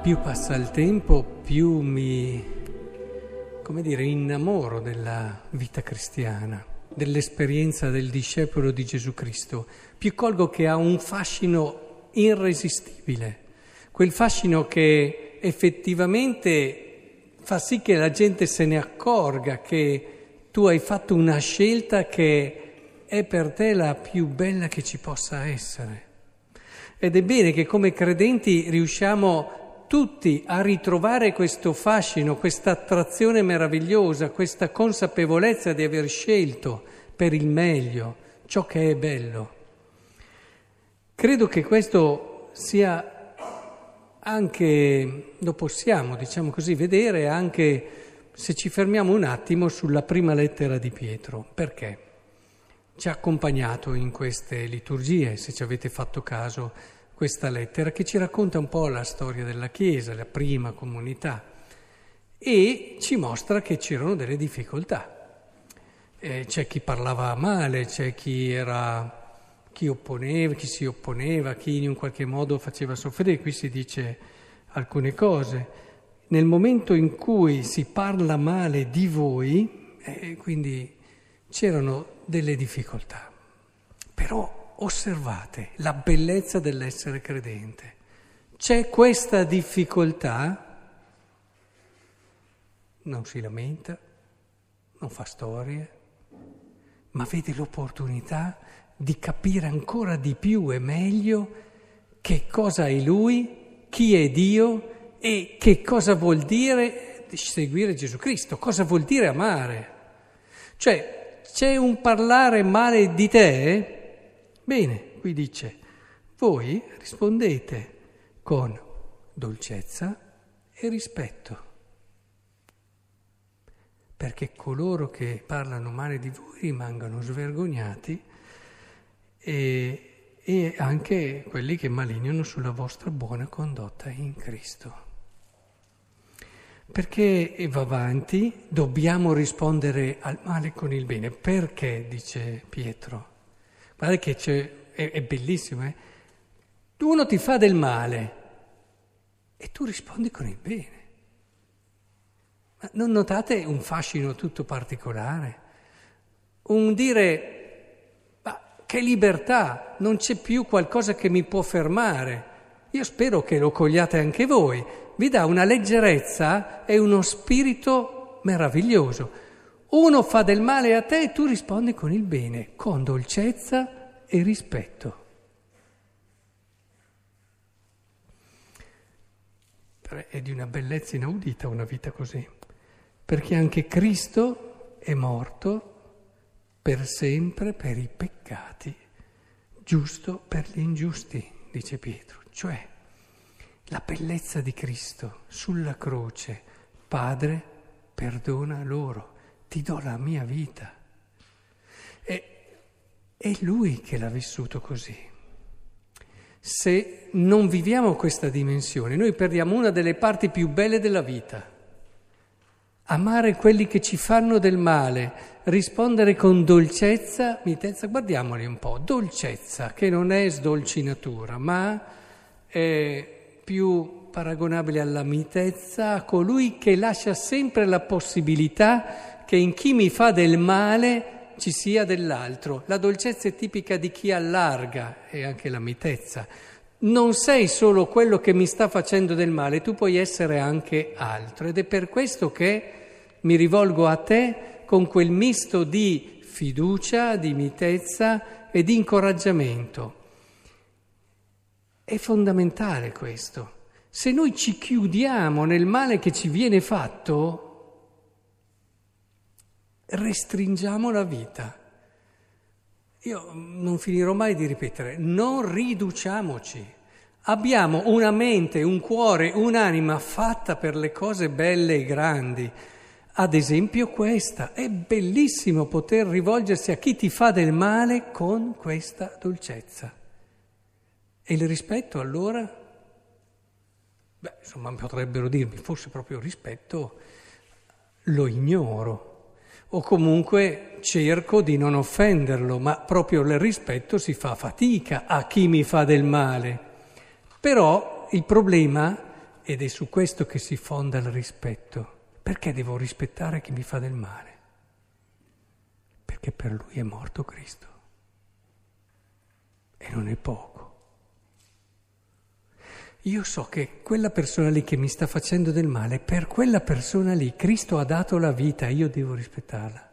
Più passa il tempo, più mi, innamoro della vita cristiana, dell'esperienza del discepolo di Gesù Cristo, più colgo che ha un fascino irresistibile, quel fascino che effettivamente fa sì che la gente se ne accorga che tu hai fatto una scelta che è per te la più bella che ci possa essere. Ed è bene che come credenti riusciamo tutti a ritrovare questo fascino, questa attrazione meravigliosa, questa consapevolezza di aver scelto per il meglio ciò che è bello. Credo che questo sia anche, lo possiamo, vedere anche se ci fermiamo un attimo sulla prima lettera di Pietro. Perché? Ci ha accompagnato in queste liturgie, se ci avete fatto caso, questa lettera che ci racconta un po' la storia della Chiesa, la prima comunità, e ci mostra che c'erano delle difficoltà. C'è chi parlava male, c'è chi opponeva, chi si opponeva, chi in un qualche modo faceva soffrire. Qui si dice alcune cose. Nel momento in cui si parla male di voi, quindi c'erano delle difficoltà. Però osservate la bellezza dell'essere credente. C'è questa difficoltà, non si lamenta, non fa storie, ma vede l'opportunità di capire ancora di più e meglio che cosa è Lui, chi è Dio e che cosa vuol dire seguire Gesù Cristo, cosa vuol dire amare. Cioè, c'è un parlare male di te. Bene, qui dice, voi rispondete con dolcezza e rispetto, perché coloro che parlano male di voi rimangano svergognati e anche quelli che malignano sulla vostra buona condotta in Cristo. Perché va avanti, dobbiamo rispondere al male con il bene. Perché, dice Pietro? Guarda che è bellissimo, eh? Uno ti fa del male e tu rispondi con il bene. Ma non notate un fascino tutto particolare? Un dire, ma che libertà, non c'è più qualcosa che mi può fermare. Io spero che lo cogliate anche voi. Vi dà una leggerezza e uno spirito meraviglioso. Uno fa del male a te e tu rispondi con il bene, con dolcezza e rispetto. È di una bellezza inaudita una vita così, perché anche Cristo è morto per sempre per i peccati, giusto per gli ingiusti, dice Pietro. Cioè, la bellezza di Cristo sulla croce, Padre, perdona loro. Ti do la mia vita. È Lui che l'ha vissuto così. Se non viviamo questa dimensione, noi perdiamo una delle parti più belle della vita. Amare quelli che ci fanno del male, rispondere con dolcezza, mitezza, guardiamoli un po', dolcezza, che non è sdolcinatura, ma è più paragonabile alla mitezza, a colui che lascia sempre la possibilità che in chi mi fa del male ci sia dell'altro. La dolcezza è tipica di chi allarga, e anche la mitezza. Non sei solo quello che mi sta facendo del male, tu puoi essere anche altro. Ed è per questo che mi rivolgo a te con quel misto di fiducia, di mitezza e di incoraggiamento. È fondamentale questo. Se noi ci chiudiamo nel male che ci viene fatto, restringiamo la vita. Io non finirò mai di ripetere, non riduciamoci. Abbiamo una mente, un cuore, un'anima fatta per le cose belle e grandi. Ad esempio questa. È bellissimo poter rivolgersi a chi ti fa del male con questa dolcezza. E il rispetto allora? Potrebbero dirmi, forse proprio il rispetto lo ignoro. O comunque cerco di non offenderlo, ma proprio il rispetto si fa fatica a chi mi fa del male. Però il problema ed è su questo che si fonda il rispetto. Perché devo rispettare chi mi fa del male? Perché per lui è morto Cristo. E non è poco. Io so che quella persona lì che mi sta facendo del male, per quella persona lì Cristo ha dato la vita, io devo rispettarla.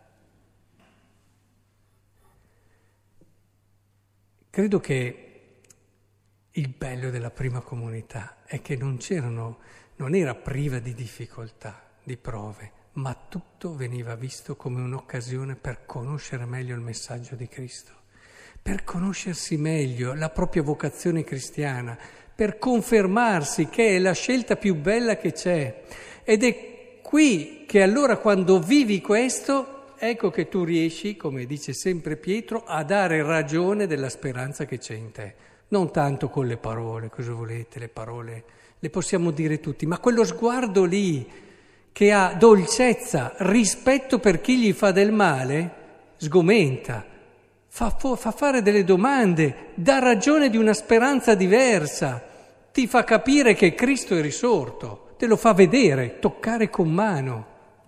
Credo che il bello della prima comunità è che non era priva di difficoltà, di prove, ma tutto veniva visto come un'occasione per conoscere meglio il messaggio di Cristo, per conoscersi meglio la propria vocazione cristiana, per confermarsi che è la scelta più bella che c'è. Ed è qui che allora quando vivi questo, ecco che tu riesci, come dice sempre Pietro, a dare ragione della speranza che c'è in te. Non tanto con le parole, cosa volete, le parole le possiamo dire tutti, ma quello sguardo lì che ha dolcezza, rispetto per chi gli fa del male, sgomenta, fa fare delle domande, dà ragione di una speranza diversa, ti fa capire che Cristo è risorto, te lo fa vedere, toccare con mano.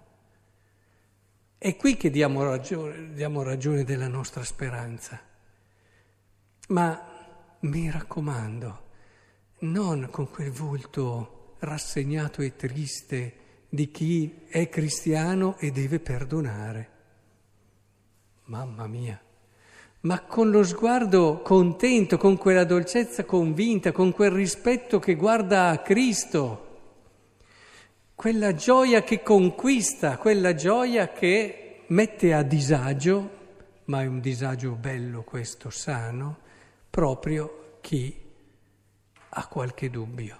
È qui che diamo ragione della nostra speranza. Ma mi raccomando, non con quel volto rassegnato e triste di chi è cristiano e deve perdonare. Mamma mia! Ma con lo sguardo contento, con quella dolcezza convinta, con quel rispetto che guarda a Cristo, quella gioia che conquista, quella gioia che mette a disagio, ma è un disagio bello questo, sano, proprio chi ha qualche dubbio.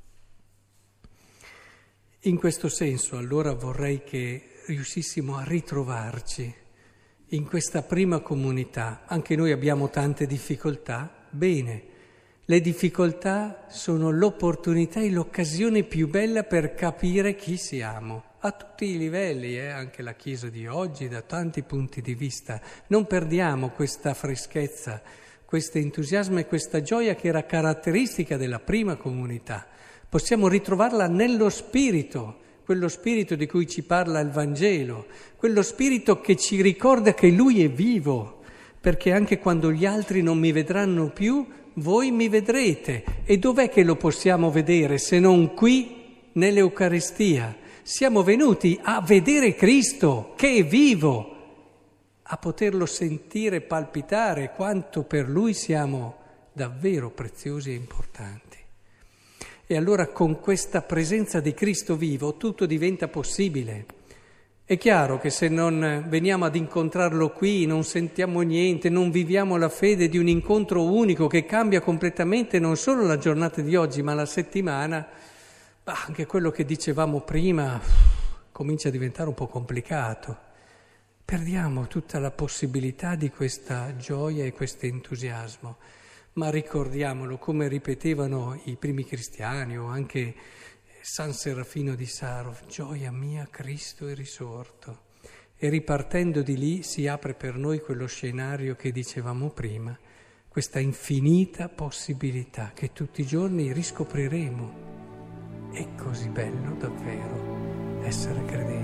In questo senso allora vorrei che riuscissimo a ritrovarci in questa prima comunità. Anche noi abbiamo tante difficoltà, bene, le difficoltà sono l'opportunità e l'occasione più bella per capire chi siamo, a tutti i livelli, anche la Chiesa di oggi, da tanti punti di vista. Non perdiamo questa freschezza, questo entusiasmo e questa gioia che era caratteristica della prima comunità. Possiamo ritrovarla nello spirito, quello spirito di cui ci parla il Vangelo, quello spirito che ci ricorda che Lui è vivo, perché anche quando gli altri non mi vedranno più, voi mi vedrete. E dov'è che lo possiamo vedere se non qui nell'Eucaristia? Siamo venuti a vedere Cristo che è vivo, a poterlo sentire palpitare quanto per Lui siamo davvero preziosi e importanti. E allora con questa presenza di Cristo vivo tutto diventa possibile. È chiaro che se non veniamo ad incontrarlo qui, non sentiamo niente, non viviamo la fede di un incontro unico che cambia completamente non solo la giornata di oggi, ma la settimana, anche quello che dicevamo prima comincia a diventare un po' complicato. Perdiamo tutta la possibilità di questa gioia e questo entusiasmo. Ma ricordiamolo, come ripetevano i primi cristiani o anche San Serafino di Sarov, gioia mia, Cristo è risorto. E ripartendo di lì si apre per noi quello scenario che dicevamo prima, questa infinita possibilità che tutti i giorni riscopriremo. È così bello davvero essere credenti.